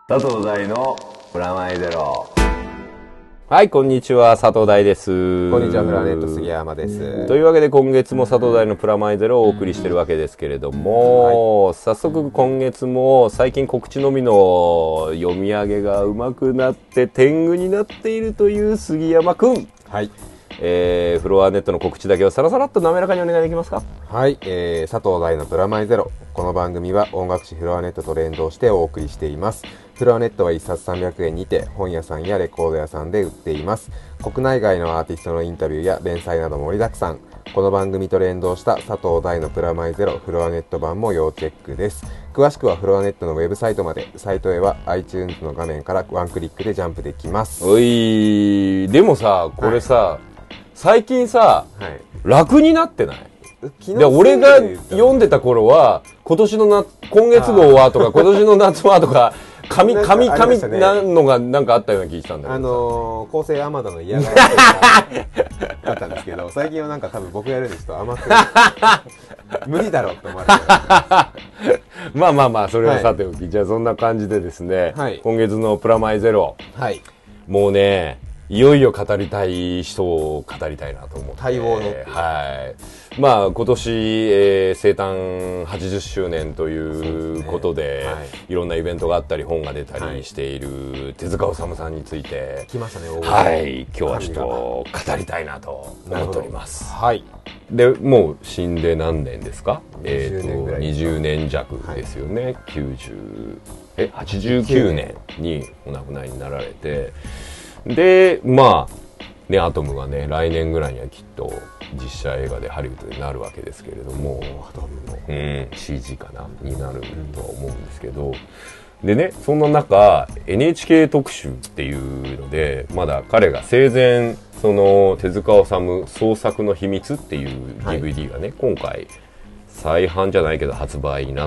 佐藤大のプラマイゼロ。 はい、こんにちは、佐藤大です。 こんにちは、プラネット杉山です。 というわけで今月も佐藤大のプラマイゼロをお送りしてるわけですけれども、早速今月も最近告知のみの読み上げが上手くなって天狗になっているという杉山くん。 はい。 フロアネットの告知だけをさらさらっと滑らかにお願いできますか？ はい、佐藤大のプラマイゼロ。この番組は音楽誌フロアネットと連動してお送りしています。フロアネットは1冊300円にて本屋さんやレコード屋さんで売っています。国内外のアーティストのインタビューや連載など盛りだくさん。この番組と連動した佐藤大のプラマイゼロフロアネット版も要チェックです。詳しくはフロアネットのウェブサイトまで。サイトへは iTunes の画面からワンクリックでジャンプできます。 おい、でもさ、これさ、はい、最近さ、 はい、 楽になってない？で俺が読んでた頃は今月号はとか今年の夏はとか紙なのがなんかあったような気がしたんだけど構成天田の嫌がらせがあったんですけど、最近はなんか多分僕がやるんですと甘く無理だろうって思われてまあそれはさておき、はい、じゃあそんな感じでですね、はい、今月のプラマイゼロ、はい、もうねいよいよ語りたい人を語りたいなと思って、 待望の、 はい、まあ今年、生誕80周年ということで、はい、いろんなイベントがあったり本が出たりしている手塚治虫さんについて来ましたね。 はい、今日はちょっと語りたいなと思っております。 はい。 でもう死んで何年ですか ？20 年弱ですよね、はい、89年にお亡くなりになられて、でまあね、アトムがね来年ぐらいにはきっと実写映画でハリウッドになるわけですけれども、 アトムの、CG かなになるとは思うんですけど、でねそんな中 NHK 特集っていうのでまだ彼が生前その手塚治虫創作の秘密っていう DVD がね、はい、今回再販じゃないけど発売になって、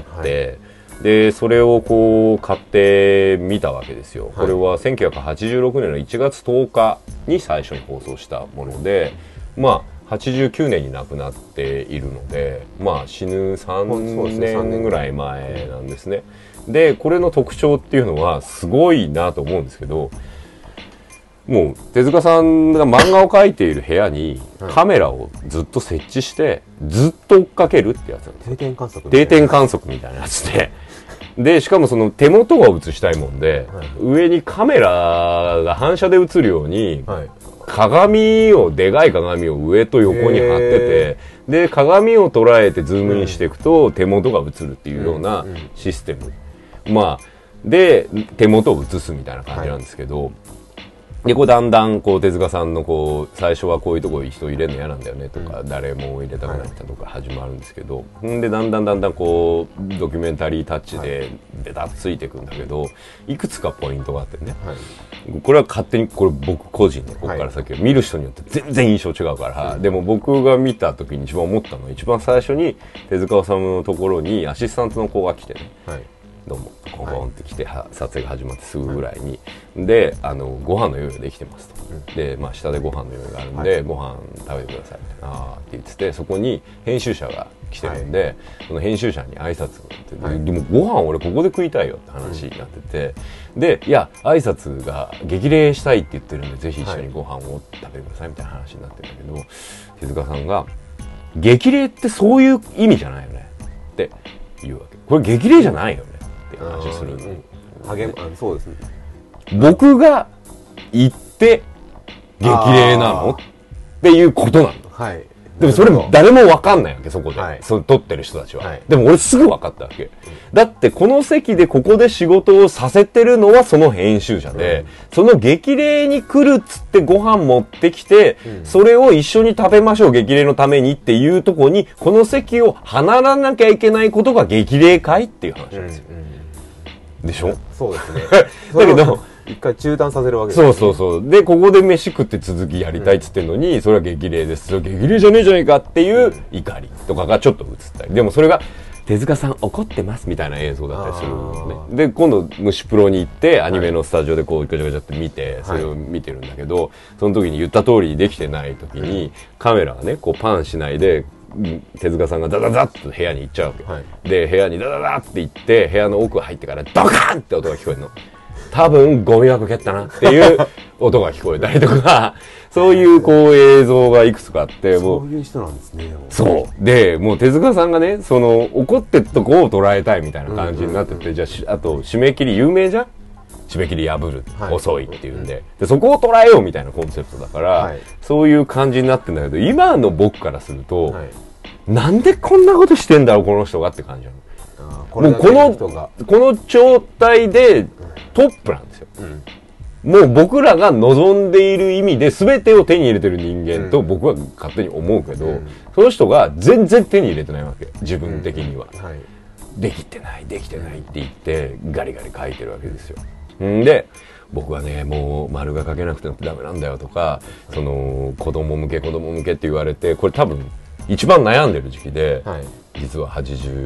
はいでそれをこう買ってみたわけですよ、はい、これは1986年の1月10日に最初に放送したもので、まあ89年に亡くなっているので、まあ死ぬ3年ぐらい前なんですね。でこれの特徴っていうのはすごいなと思うんですけど、もう手塚さんが漫画を描いている部屋にカメラをずっと設置してずっと追っかけるってやつなんです。 定点観測みたいなやつでしかもその手元が映したいもんで、はい、上にカメラが反射で映るように、はい、でかい鏡を上と横に貼ってて、で鏡を捉えてズームインしていくと手元が映るっていうようなシステム、まあで手元を映すみたいな感じなんですけど、はいでこうだんだんこう手塚さんのこう最初はこういうところに人入れるの嫌なんだよねとか、誰も入れたくないとか始まるんですけど、でだんだんこうドキュメンタリータッチでベタっついていくんだけど、いくつかポイントがあってね、これは勝手にこれ僕個人ね、ここから先は見る人によって全然印象違うから、でも僕が見た時に一番思ったのは一番最初に手塚治虫のところにアシスタントの子が来てね、どうもコンコンって来て、撮影が始まってすぐぐらいに、でご飯の用意ができてますと、で、まあ、下でご飯の用意があるんで、ご飯食べてくださいってって言ってて、そこに編集者が来てるんで、その編集者に挨拶をって、でもご飯俺ここで食いたいよって話になってて、でいや挨拶が激励したいって言ってるんでぜひ一緒にご飯を食べてくださいみたいな話になってるんだけど、手塚さんが激励ってそういう意味じゃないよねって言うわけ。これ激励じゃないよねって話するんで、 そうですね、 僕が言って激励なのっていうことなの、はい、でもそれも誰も分かんないわけそこで、その撮ってる人たちは、でも俺すぐ分かったわけ、だってこの席でここで仕事をさせてるのはその編集者で、その激励に来るっつってご飯持ってきて、それを一緒に食べましょう激励のためにっていうところにこの席を離らなきゃいけないことが激励会っていう話なんですよ、でしょ。 そうですねだけど一回中断させるわけですね。 そうでここで飯食って続きやりたいっつってんのに、それは激励です、それ激励じゃねえじゃねえかっていう怒りとかがちょっと映ったり、でもそれが手塚さん怒ってますみたいな映像だったりするのね。で今度虫プロに行ってアニメのスタジオでこうガチャガチャって見て、それを見てるんだけど、その時に言った通りにできてない時に、カメラがねこうパンしないで手塚さんがダダダッと部屋に行っちゃうわけ、で部屋にダダダって行って部屋の奥入ってからドカーンって音が聞こえるの多分ゴミ箱蹴ったなっていう音が聞こえたりとか、そういうこう映像がいくつかあって、もう。 そういう人なんですね。 そう。で、もう手塚さんがね、その、怒ってっとこを捉えたいみたいな感じになってて、じゃあ、あと、締め切り有名じゃん？締め切り破る、はい、遅いっていうんで、で、そこを捉えようみたいなコンセプトだから、はい、そういう感じになってんだけど、今の僕からすると、はい、なんでこんなことしてんだろう、この人がって感じなの。もうこの状態でトップなんですよ。もう僕らが望んでいる意味で全てを手に入れてる人間と僕は勝手に思うけど、その人が全然手に入れてないわけ。自分的には。はい、できてないって言ってガリガリ書いてるわけですよ。んで、僕はね、もう丸が書けなくてダメなんだよとか、その子供向けって言われて、これ多分一番悩んでる時期で、はい、実は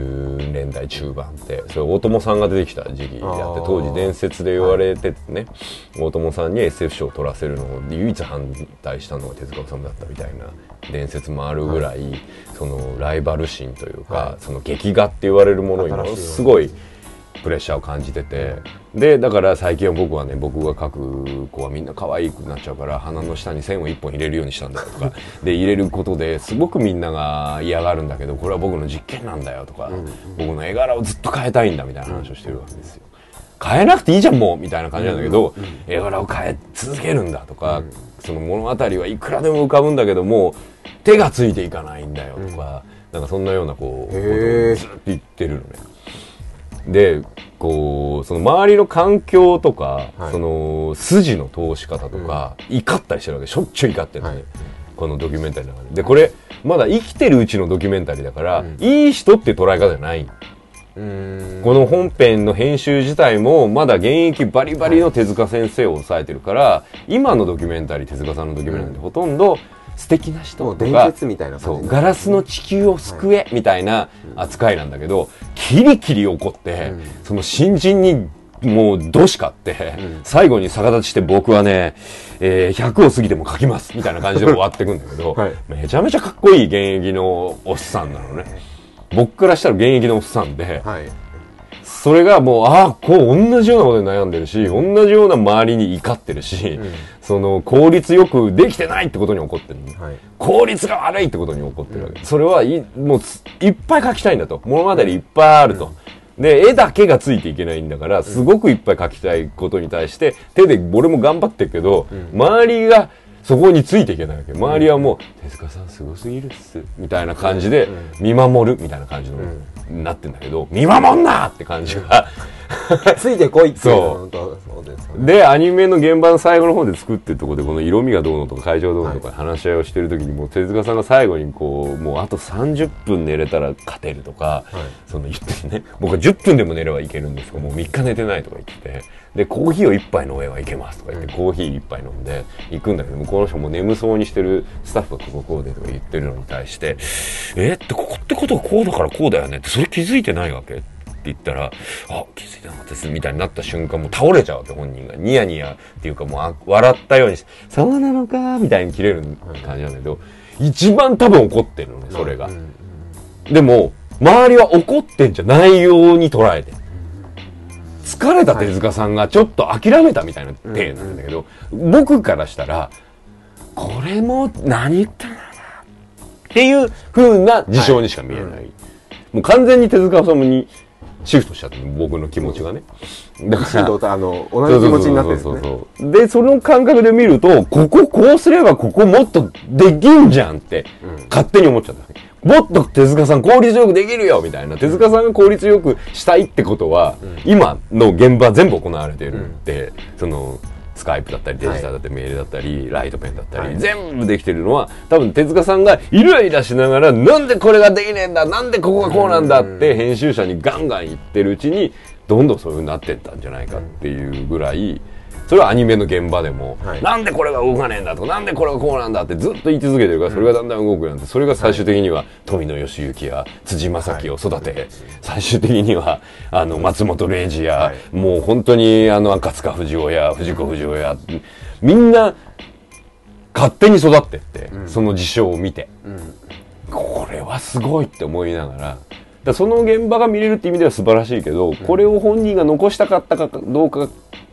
80年代中盤って、それ大友さんが出てきた時期であって、当時伝説で言われててね、はい、大友さんに SF 賞を取らせるのを唯一反対したのが手塚さんだったみたいな伝説もあるぐらい、はい、そのライバル心というか、はい、その劇画って言われるものにもすごいプレッシャーを感じてて、でだから最近は僕が描く子はみんな可愛くなっちゃうから鼻の下に線を1本入れるようにしたんだよとかで入れることですごくみんなが嫌がるんだけど、これは僕の実験なんだよとか、僕の絵柄をずっと変えたいんだみたいな話をしてるわけですよ。変えなくていいじゃんもうみたいな感じなんだけど、絵柄を変え続けるんだとか、その物語はいくらでも浮かぶんだけども手がついていかないんだよとか、なんかそんなようなこうことをずっと言ってるのね。でこうその周りの環境とか、はい、その筋の通し方とか、怒ったりしてるわけ。しょっちゅう怒ってるのね、はい、このドキュメンタリーの中で。でこれまだ生きてるうちのドキュメンタリーだから、いい人って捉え方じゃない。この本編の編集自体もまだ現役バリバリの手塚先生を抑えてるから、今のドキュメンタリー、手塚さんのドキュメンタリーってほとんど素敵な人とか、 伝説みたいな感じ、 ガラスの地球を救えみたいな扱いなんだけど、キリキリ怒って、その新人にもうどしかって、最後に逆立ちして僕はね、100を過ぎても書きますみたいな感じで終わっていくんだけど、はい、めちゃめちゃかっこいい現役のおっさんなのね。僕からしたら現役のおっさんで、はい、それがもうこう同じようなことに悩んでるし、同じような周りに怒ってるし、その効率よくできてないってことに怒ってる、はい、効率が悪いってことに怒ってるわけ、それはもういっぱい描きたいんだと、物語いっぱいあると、で絵だけがついていけないんだから、すごくいっぱい描きたいことに対して手で俺も頑張ってるけど、周りがそこについていけないわけ。周りはもう手塚さんすごすぎるっすみたいな感じで見守るみたいな感じのなってんだけど、見守んなって感じがついてこいっていう。 そうですよね。でアニメの現場の最後の方で作ってるところで、この色味がどうのとか会場どうのとか話し合いをしてる時に、もう手塚さんが最後にこうもうあと30分寝れたら勝てるとか、はい、その言ってね、僕は10分でも寝ればいけるんですけど、もう3日寝てないとか言ってて、でコーヒーを1杯飲めばいけますとか言って、コーヒー1杯飲んで行くんだけど、向こうの人も眠そうにしてるスタッフがこうでとか言ってるのに対して、ってここってことはこうだからこうだよねって、それ気づいてないわけって言ったら、気づいてなかったですみたいになった瞬間もう倒れちゃうわけ、本人がニヤニヤっていうか、もう笑ったようにして、そうなのかみたいに切れる感じなんだけど、一番多分怒ってるのね、それが。でも周りは怒ってんじゃないように捉えてる。疲れた手塚さんがちょっと諦めたみたいな体なんだけど、僕からしたらこれも何言ったんだろうなっていう風な事象にしか見えない、もう完全に手塚さんにシフトしちゃって、僕の気持ちがね。だから同じ気持ちになってるんですね。 でその感覚で見ると、こうすればここもっとできんじゃんって勝手に思っちゃった。もっと手塚さん効率よくできるよみたいな。手塚さんが効率よくしたいってことは、今の現場全部行われているって、そのスカイプだったりデジタルだったりメールだったりライトペンだったり、全部できてるのは多分手塚さんがイライラしながら、なんでこれができねえんだ、なんでここがこうなんだって編集者にガンガン言ってるうちに、どんどんそういう風になってったんじゃないかっていうぐらい、それはアニメの現場でも、なんでこれが動かねえんだとか、なんでこれがこうなんだってずっと言い続けてるから、それがだんだん動くようになって、それが最終的には富野義行や辻正樹を育て、最終的には松本零士や、もう本当に赤塚不二夫や藤子不二雄や、みんな勝手に育ってって、その事象を見て、これはすごいって思いながら、その現場が見れるって意味では素晴らしいけど、これを本人が残したかったかどうかっ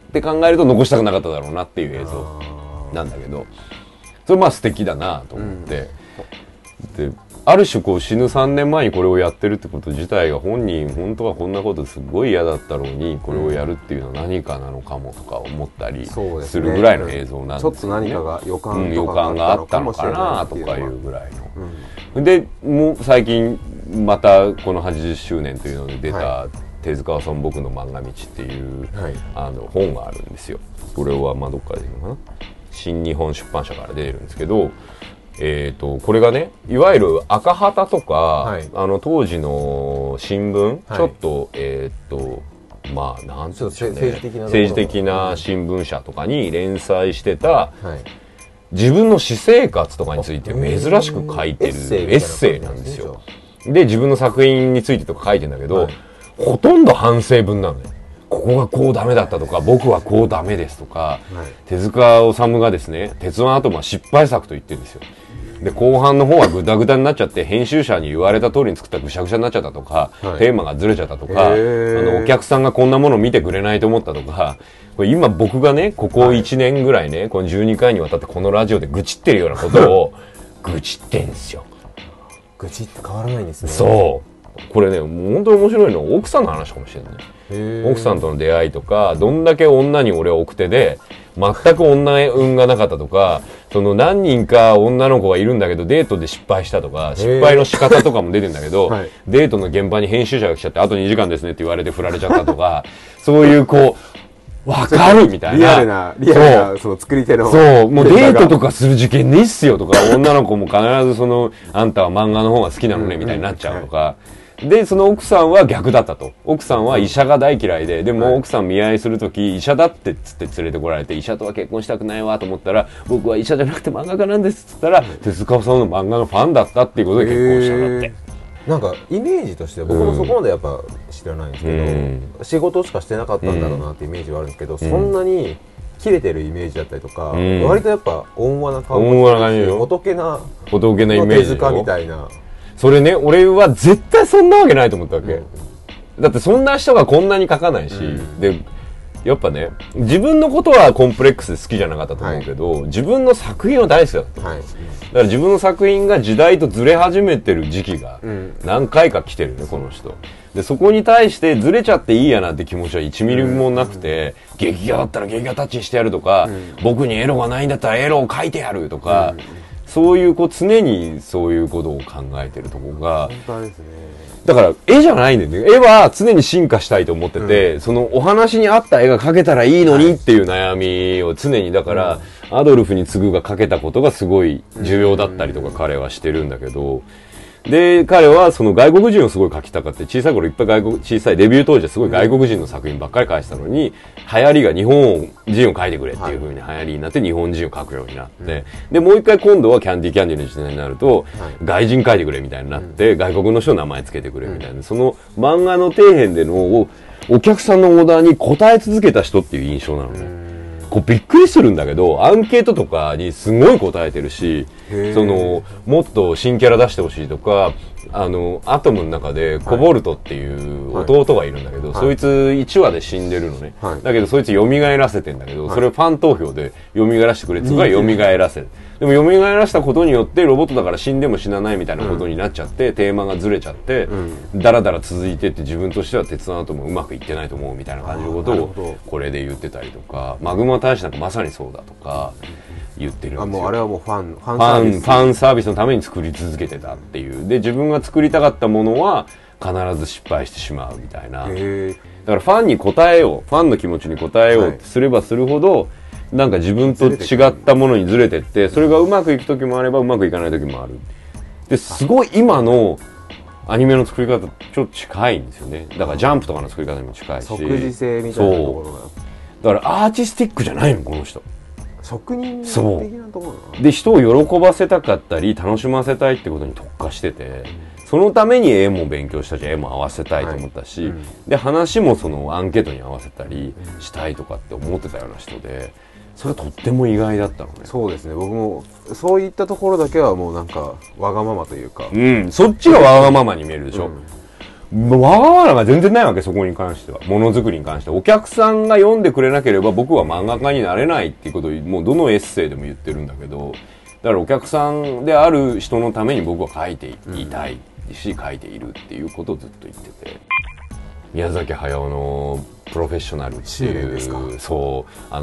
って考えると残したくなかっただろうなっていう映像なんだけど、それまあ素敵だなと思って、である種こう死ぬ3年前にこれをやってるってこと自体が本当はこんなことすごい嫌だったろうにこれをやるっていうのは何かなのかもとか思ったりするぐらいの映像なんですよね。 ちょっと何かが予感があったのかなとかいうぐらいの、でもう最近またこの80周年というので出た手塚治虫僕の漫画道っていう、本があるんですよ。これはどっから出るのかな、新日本出版社から出てるんですけど、これがね、いわゆる赤旗とか、当時の新聞、ちょっとなんていうんですかね、政治的な新聞社とかに連載してた、自分の私生活とかについて珍しく書いてるエッセイなんですよ。で自分の作品についてとか書いてんだけど、ほとんど反省文なのね。ここがこうダメだったとか、僕はこうダメですとか、手塚治虫がですね、鉄腕アトムは失敗作と言ってるんですよ。で後半の方はグダグダになっちゃって編集者に言われた通りに作ったらぐしゃぐしゃになっちゃったとか、テーマがずれちゃったとか、お客さんがこんなもの見てくれないと思ったとか、これ今僕がねここ1年ぐらいね、この12回にわたってこのラジオで愚痴ってるようなことを愚痴ってんですよ。 愚痴って変わらないんですね。 そうこれね、もう本当に面白いのは奥さんの話かもしれない。奥さんとの出会いとか、どんだけ女に俺は奥手で全く女運がなかったとか、その何人か女の子がいるんだけどデートで失敗したとか、失敗の仕方とかも出てんだけど、デートの現場に編集者が来ちゃってあと2時間ですねって言われて振られちゃったとかそういうこうわかるみたいなリアルなその作り手の、 そうもうデートとかする事件ねえっすよとか女の子も必ずそのあんたは漫画の方が好きなのねみたいになっちゃうとか、でその奥さんは逆だったと。奥さんは医者が大嫌いで、でも奥さん見合いするとき医者だってっつって連れてこられて、医者とは結婚したくないわと思ったら、僕は医者じゃなくて漫画家なんですっつったら、手塚さんの漫画のファンだったっていうことで結婚したんだって。 なんかイメージとして僕もそこまでやっぱ知らないんですけど、仕事しかしてなかったんだろうなってイメージはあるんですけど、そんなに切れてるイメージだったりとか、割とやっぱ温和な顔がしてるし、仏なイメージ、 手塚みたいな。 それね、俺は絶対そんなわけないと思ったわけ。だってそんな人がこんなに書かないし、でやっぱね、自分のことはコンプレックスで好きじゃなかったと思うけど、自分の作品は大好きだった。だから自分の作品が時代とずれ始めてる時期が何回か来てるね、この人。でそこに対してずれちゃっていいやなって気持ちは1ミリもなくて、劇画だったら劇画タッチしてやるとか、僕にエロがないんだったらエロを描いてやるとか、そういう常にそういうことを考えてるところが、だから絵じゃないんだよね。絵は常に進化したいと思ってて、そのお話に合った絵が描けたらいいのにっていう悩みを常に、だから、アドルフに次ぐが描けたことがすごい重要だったりとか彼はしてるんだけど、で彼はその外国人をすごい描きたかって、小さい頃いっぱい小さいデビュー当時はすごい外国人の作品ばっかり描いてたのに、流行りが日本人を描いてくれっていう風に流行りになって日本人を描くようになって、でもう一回今度はキャンディーの時代になると、外人描いてくれみたいになって、外国の人の名前つけてくれみたいな、その漫画の底辺でのお客さんのオーダーに応え続けた人っていう印象なのね。こうびっくりするんだけど、アンケートとかにすごい答えてるし、そのもっと新キャラ出してほしいとか、アトムの中でコボルトっていう弟がいるんだけど、そいつ1話で死んでるのね、だけどそいつ蘇らせてんだけど、それをファン投票で蘇らせてくれって言うから蘇らせる。でも蘇らしたことによってロボットだから死んでも死なないみたいなことになっちゃって、テーマがずれちゃって、だらだら続いてって、自分としては鉄腕アトムうまくいってないと思うみたいな感じのことをこれで言ってたりとか、マグマ大使なんかまさにそうだとか言ってるんですよ。 もうあれはもうファンサービスのために作り続けてたっていう。で自分が作りたかったものは必ず失敗してしまうみたいな。だからファンに応えよう、ファンの気持ちに応えようってすればするほど、なんか自分と違ったものにずれてって、それがうまくいく時もあればうまくいかない時もある。ですごい今のアニメの作り方ちょっと近いんですよね。だからジャンプとかの作り方にも近いし、 即時性みたいなところが、だからアーティスティックじゃないのこの人。 職人的なところなので、人を喜ばせたかったり楽しませたいってことに特化してて、そのために絵も勉強したし絵も合わせたいと思ったし、で話もそのアンケートに合わせたりしたいとかって思ってたような人で、それとっても意外だったのね。 そうですね、僕もそういったところだけはもうなんかわがままというか、 そっちがわがままに見えるでしょ、 わがままが全然ないわけ、そこに関しては。ものづくりに関しては。お客さんが読んでくれなければ僕は漫画家になれないっていうことを、もうどのエッセイでも言ってるんだけど、だからお客さんである人のために僕は書いていたいし、書いているっていうことをずっと言ってて。宮崎駿のプロフェッショナルっていう、そう、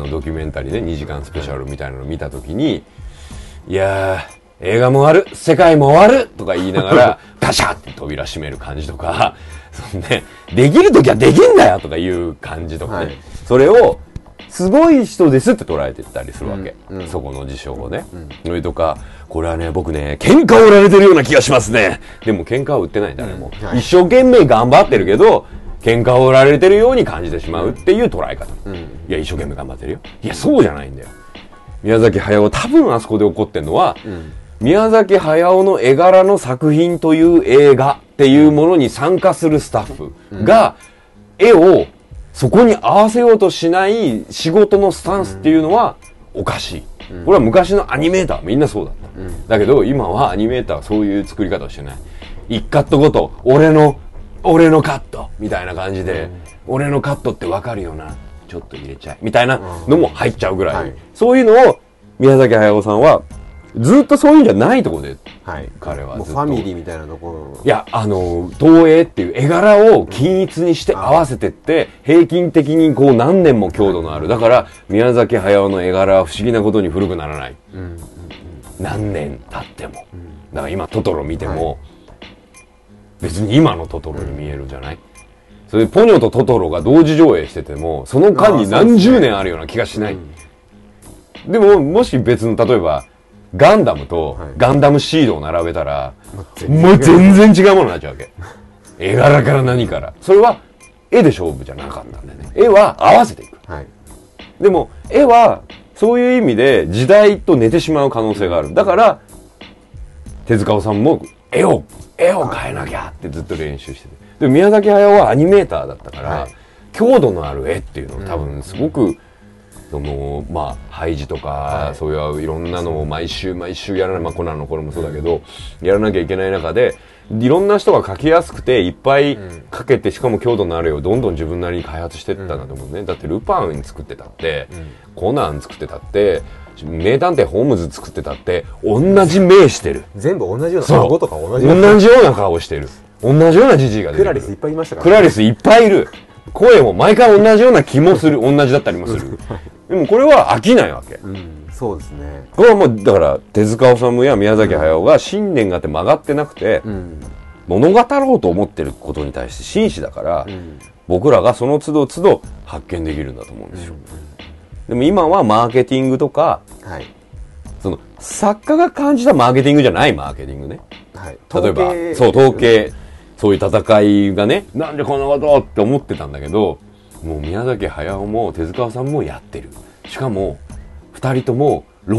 ドキュメンタリーで2時間スペシャルみたいなのを見たときに、いやー、映画も終わる、世界も終わるとか言いながら、ガシャって扉閉める感じとか、そのね、できるときはできんだよとかいう感じとかね、それを、すごい人ですって捉えてったりするわけ。そこの事象をね。それとか、これはね、僕ね、喧嘩を売られてるような気がしますね。でも喧嘩は売ってないんだね、もう。一生懸命頑張ってるけど、喧嘩を売られてるように感じてしまうっていう捉え方。いや、一生懸命頑張ってるよ。いや、そうじゃないんだよ。宮崎駿、多分あそこで起こってるのは、宮崎駿の絵柄の作品という映画っていうものに参加するスタッフが、絵をそこに合わせようとしない仕事のスタンスっていうのはおかしい。これは昔のアニメーターみんなそうだった。だけど今はアニメーターはそういう作り方をしてない。一カットごと、俺のカットみたいな感じで、俺のカットってわかるよな。ちょっと入れちゃえ。みたいなのも入っちゃうぐらい。そういうのを宮崎駿さんはずっとそういうんじゃないところで、彼はずっと。 ファミリーみたいなところ。 いや、東映っていう絵柄を均一にして合わせてって、平均的にこう何年も強度のある。だから、宮崎駿の絵柄は不思議なことに古くならない。何年経っても。だから今トトロ見ても、別に今のトトロに見えるじゃない？それでポニョとトトロが同時上映してても、その間に何十年あるような気がしない。でも、もし別の、例えば、ガンダムとガンダムシードを並べたら、もう全然違うものになっちゃうわけ。絵柄から何から。それは絵で勝負じゃなかったんだよね。絵は合わせていく。でも、絵はそういう意味で時代と寝てしまう可能性がある。だから、手塚治虫も絵を変えなきゃってずっと練習してて。でも宮崎駿はアニメーターだったから、強度のある絵っていうのを多分すごく、まあ、ハイジとか、そういういろんなのを毎週やらない、まあ、コナンの頃もそうだけど、やらなきゃいけない中で、いろんな人が描きやすくて、いっぱい描けて、しかも強度のある絵をどんどん自分なりに開発していったんだと思うね。だって、ルパン作ってたって、コナン作ってたって、名探偵ホームズ作ってたって、同じ目してる。 全部同じような顎とか同じような顔してる。同じようなジジイが出てくる。 クラリスいっぱいいましたからね。クラリスいっぱいいる。声も毎回同じような気もする。同じだったりもする。でもこれは飽きないわけ。 そうですね。 これはもう、だから、手塚治虫や宮崎駿が信念があって曲がってなくて、物語ろうと思ってることに対して真摯だから、僕らがその都度都度発見できるんだと思うんですよ。でも今はマーケティングとか、その作家が感じたマーケティングじゃないマーケティングね。例えば、そう、統計、そういう戦いがね、なんでこんなことって思ってたんだけど、もう宮崎駿も手塚さんもやってる。しかも、二人とも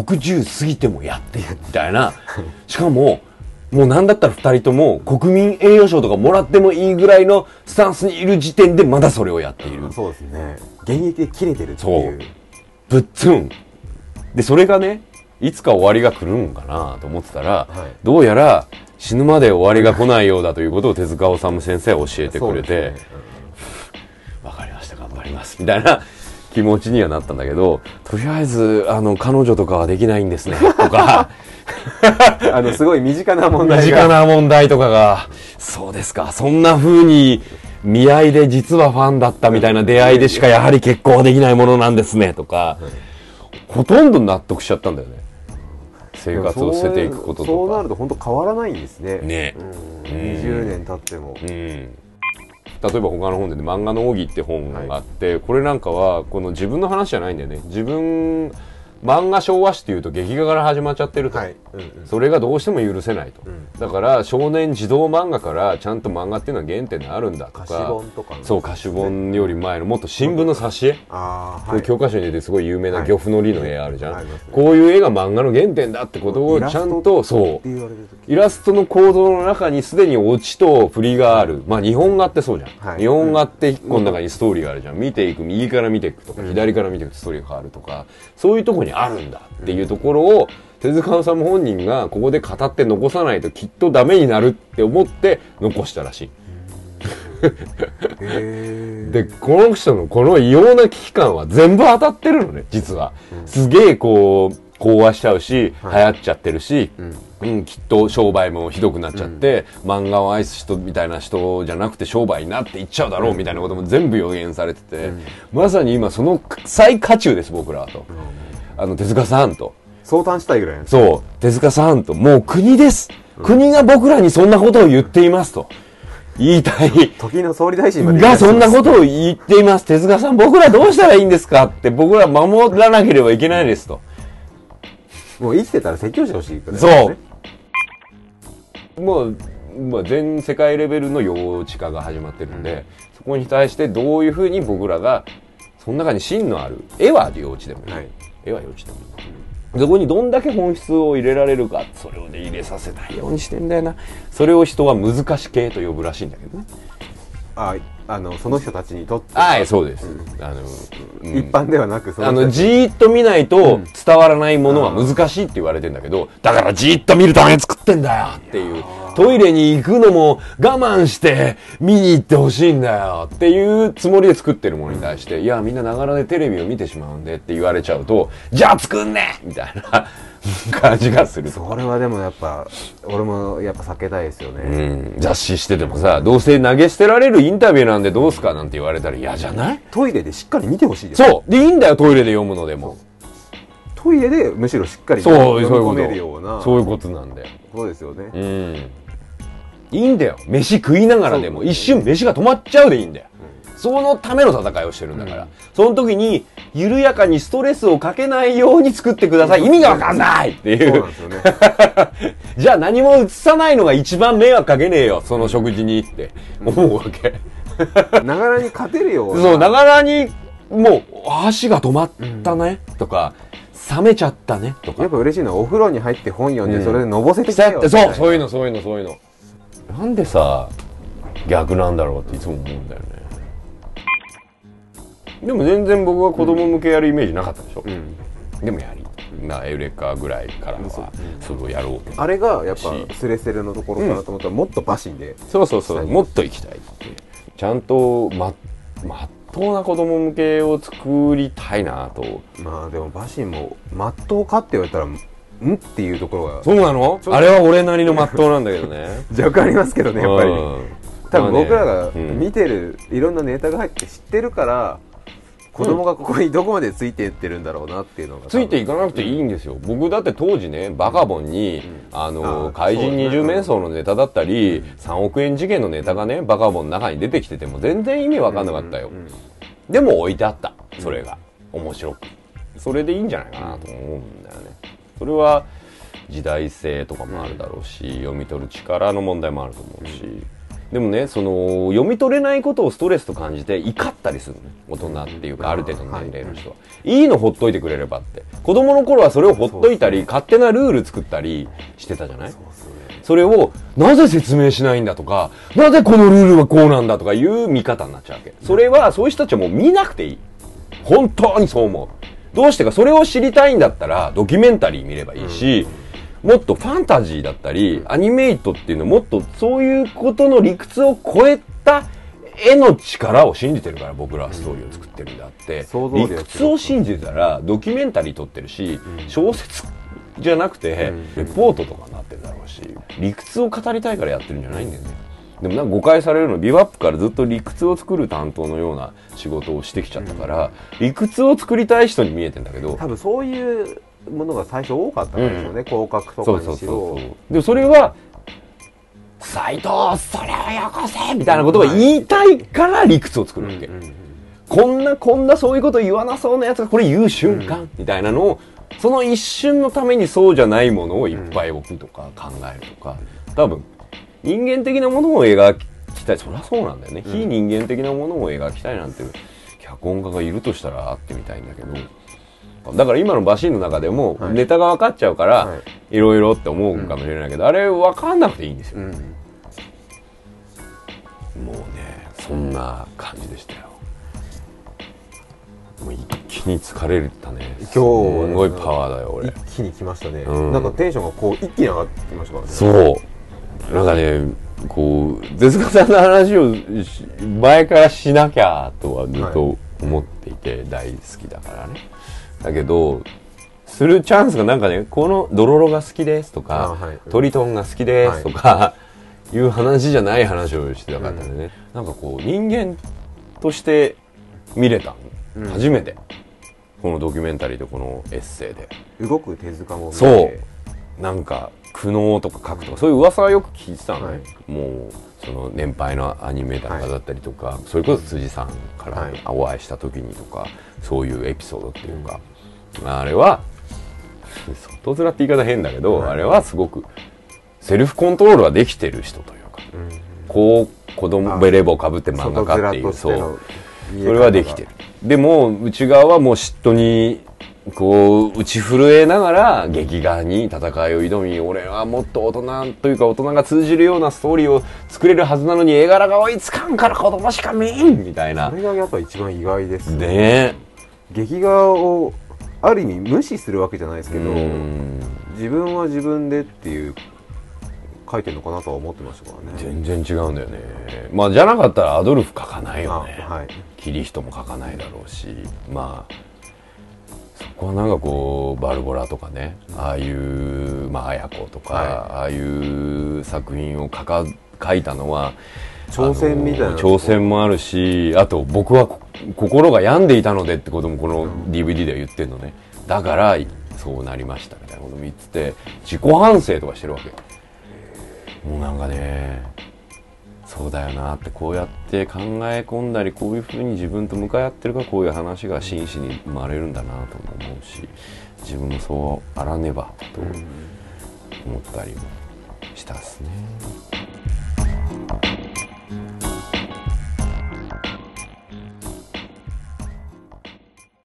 60過ぎてもやってるみたいな。しかも、もうなんだったら二人とも国民栄誉賞とかもらってもいいぐらいのスタンスにいる時点でまだそれをやっている。 そうですね。現役で切れてるっていう。 ぶっつん。で、それがね、いつか終わりが来るんかなと思ってたら、どうやら死ぬまで終わりが来ないようだということを手塚治虫先生は教えてくれて、わかりました、頑張ります。みたいな気持ちにはなったんだけど、とりあえず、彼女とかはできないんですね、とか、 すごい身近な問題が。 身近な問題とかが、そうですか、そんな風に、見合いで実はファンだったみたいな出会いでしかやはり結婚はできないものなんですね、とか、ほとんど納得しちゃったんだよね。生活を捨てていくこととか。 そうなると本当変わらないんですね。 ね。 20年経っても。 例えば他の本でね、漫画の奥義って本があって、これなんかは、この自分の話じゃないんだよね。漫画昭和史っていうと劇画から始まっちゃってると、それがどうしても許せないと、だから少年児童漫画からちゃんと漫画っていうのは原点であるんだとか、 歌詞本とか、ね、 そう歌詞本より前のもっと新聞の挿絵、こう教科書に出てすごい有名な漁夫の利の絵あるじゃん、こういう絵が漫画の原点だってことをちゃんとそうイラストの構造の中にすでにオチと振りがある、まあ日本画ってそうじゃん、日本画って一個の中にストーリーがあるじゃん、見ていく右から見ていくとか、左から見ていくとストーリーが変わるとか、そういうとこにあるんだっていうところを手塚治虫本人がここで語って残さないときっとダメになるって思って残したらしい。 で、この人のこの異様な危機感は全部当たってるのね、実は。すげえこう、飽和しちゃうし、流行っちゃってるし、きっと商売もひどくなっちゃって、漫画を愛す人みたいな人じゃなくて商売になっていっちゃうだろうみたいなことも全部予言されてて、まさに今その最渦中です、僕らはと。手塚さんと。 相談したいぐらいなんです。 そう、手塚さんと、もう国です。国が僕らにそんなことを言っていますと。言いたい。 時の総理大臣までがそんなことを言っています。手塚さん、僕らどうしたらいいんですかって、僕ら守らなければいけないですと。 もう生きてたら説教してほしいからね。 そう。もう、全世界レベルの幼稚化が始まってるんで、そこに対してどういうふうに僕らが、その中に芯のある、絵は幼稚でもいい。絵は幼稚でもいい。そこにどんだけ本質を入れられるか、それをね、入れさせないようにしてんだよな。それを人は難し系と呼ぶらしいんだけどね。 その人たちにとって。 そうです。 一般ではなく、 じーっと見ないと伝わらないものは難しいって言われてんだけど、だからじーっと見るために作ってんだよっていう。トイレに行くのも我慢して見に行ってほしいんだよっていうつもりで作ってるものに対して、いや、みんなながらでテレビを見てしまうんでって言われちゃうと、じゃあ作んねみたいな感じがする。 それはでもやっぱ、俺もやっぱ避けたいですよね。 雑誌しててもさ、どうせ投げ捨てられるインタビューなんでどうすかなんて言われたら嫌じゃない？ トイレでしっかり見てほしいです。 そうで、いいんだよ、トイレで読むのでも。 トイレでむしろしっかり読み込めるような。 そういうことなんだよ。 そうですよね。 いいんだよ。飯食いながらでも、一瞬飯が止まっちゃうでいいんだよ。そのための戦いをしてるんだから。その時に、緩やかにストレスをかけないように作ってください。意味がわかんないっていう。そうなんですよね。じゃあ何も映さないのが一番迷惑かけねえよ。その食事にって思うわけ。 ながらに勝てるような。 そう、ながらに、もう、箸が止まったね、とか、冷めちゃったね、とか。 やっぱ嬉しいのはお風呂に入って本読んで、それでのぼせてきたよ。 そういうの。なんでさ、逆なんだろうっていつも思うんだよね。でも全然僕は子供向けやるイメージなかったでしょ。でもやり。エウレカぐらいからは、それをやろうと。 あれがやっぱスレスレのところかなと思ったら、もっとバシンで。 そう、もっと行きたいって。ちゃんと、まっとうな子供向けを作りたいなと。 まあでもバシンも、まっとうかって言われたら、っていうところが。 そうなの？あれは俺なりのまっとうなんだけどね。 若干ありますけどね、やっぱり。多分僕らが見てる、いろんなネタが入って知ってるから、子供がここにどこまでついていってるんだろうなっていうのが。 ついていかなくていいんですよ。僕だって当時ね、バカボンに、怪人二十面相のネタだったり、3億円事件のネタがね、バカボンの中に出てきてても全然意味わかんなかったよ。でも置いてあった。それが。面白く。それでいいんじゃないかなと思うんだよね。それは時代性とかもあるだろうし、読み取る力の問題もあると思うし。でもね、読み取れないことをストレスと感じて怒ったりするのね。大人っていうか、ある程度の年齢の人は。いいのほっといてくれればって。子供の頃はそれをほっといたり、勝手なルール作ったりしてたじゃない？それを、なぜ説明しないんだとか、なぜこのルールはこうなんだとかいう見方になっちゃうわけ。それは、そういう人たちはもう見なくていい。本当にそう思う。どうしてか、それを知りたいんだったら、ドキュメンタリー見ればいいし、もっとファンタジーだったり、アニメイトっていうのもっとそういうことの理屈を超えた絵の力を信じてるから僕らはストーリーを作ってるんだって。理屈を信じてたらドキュメンタリー撮ってるし、小説じゃなくてレポートとかになってるだろうし、理屈を語りたいからやってるんじゃないんだよね。でもなんか誤解されるの、ビバップからずっと理屈を作る担当のような仕事をしてきちゃったから、理屈を作りたい人に見えてんだけど、 多分そういうものが最初多かったんですよね、広角とかにしろ。 でもそれは斉藤それをよこせみたいなことが言いたいから理屈を作るわけ。こんなそういうこと言わなそうなやつがこれ言う瞬間みたいなのを、その一瞬のためにそうじゃないものをいっぱい置くとか考えるとか、多分人間的なものを描きたい。そりゃそうなんだよね。非人間的なものを描きたいなんていう脚本家がいるとしたら会ってみたいんだけど、だから今のバシンの中でもネタが分かっちゃうからいろいろって思うかもしれないけど、あれ分かんなくていいんですよ。もうね、そんな感じでしたよ。もう一気に疲れたね。今日すごいパワーだよ俺。 一気に来ましたね。なんかテンションがこう一気に上がってきましたからね。 そう。なんかね、 こう手塚さんの話を前からしなきゃとはずっと思っていて、大好きだからね。だけどするチャンスがなんかね、このドロロが好きですとか、トリトンが好きですとか、いう話じゃない話をしてたからね、なんかこう人間として見れた、初めてこのドキュメンタリーとこのエッセイで動く手塚も見て、 そうなんか苦悩とか書くとか、そういう噂はよく聞いてたのね、もうその年配のアニメーターだったりとか、それこそ辻さんからお会いした時にとか、そういうエピソードっていうか、あれは外面って言い方変だけど、あれはすごくセルフコントロールができてる人というか、こう子供ベレー帽かぶって漫画家っていう、そうそれはできてる。でも内側はもう嫉妬にこう打ち震えながら劇画に戦いを挑み、俺はもっと大人というか大人が通じるようなストーリーを作れるはずなのに絵柄が追いつかんから子供しか見んみたいな。 それがやっぱ一番意外ですね。 劇画をある意味無視するわけじゃないですけど、自分は自分でっていう書いてるのかなとは思ってましたからね。 全然違うんだよね。まあじゃなかったらアドルフ書かないよね、 はい、 キリヒトも書かないだろうし、まあそこはなんかこうバルボラとかね、ああいうまあ綾子とか、ああいう作品を書いたのは挑戦みたいな、 挑戦もあるし、あと僕は心が病んでいたのでってこともこの DVD では言ってるのね。だからそうなりましたみたいなことも言ってて、自己反省とかしてるわけ。もうなんかね、そうだよなって、こうやって考え込んだり、こういう風に自分と向かい合ってるからこういう話が真摯に生まれるんだなとも思うし、自分もそうあらねばと思ったりもしたっすね。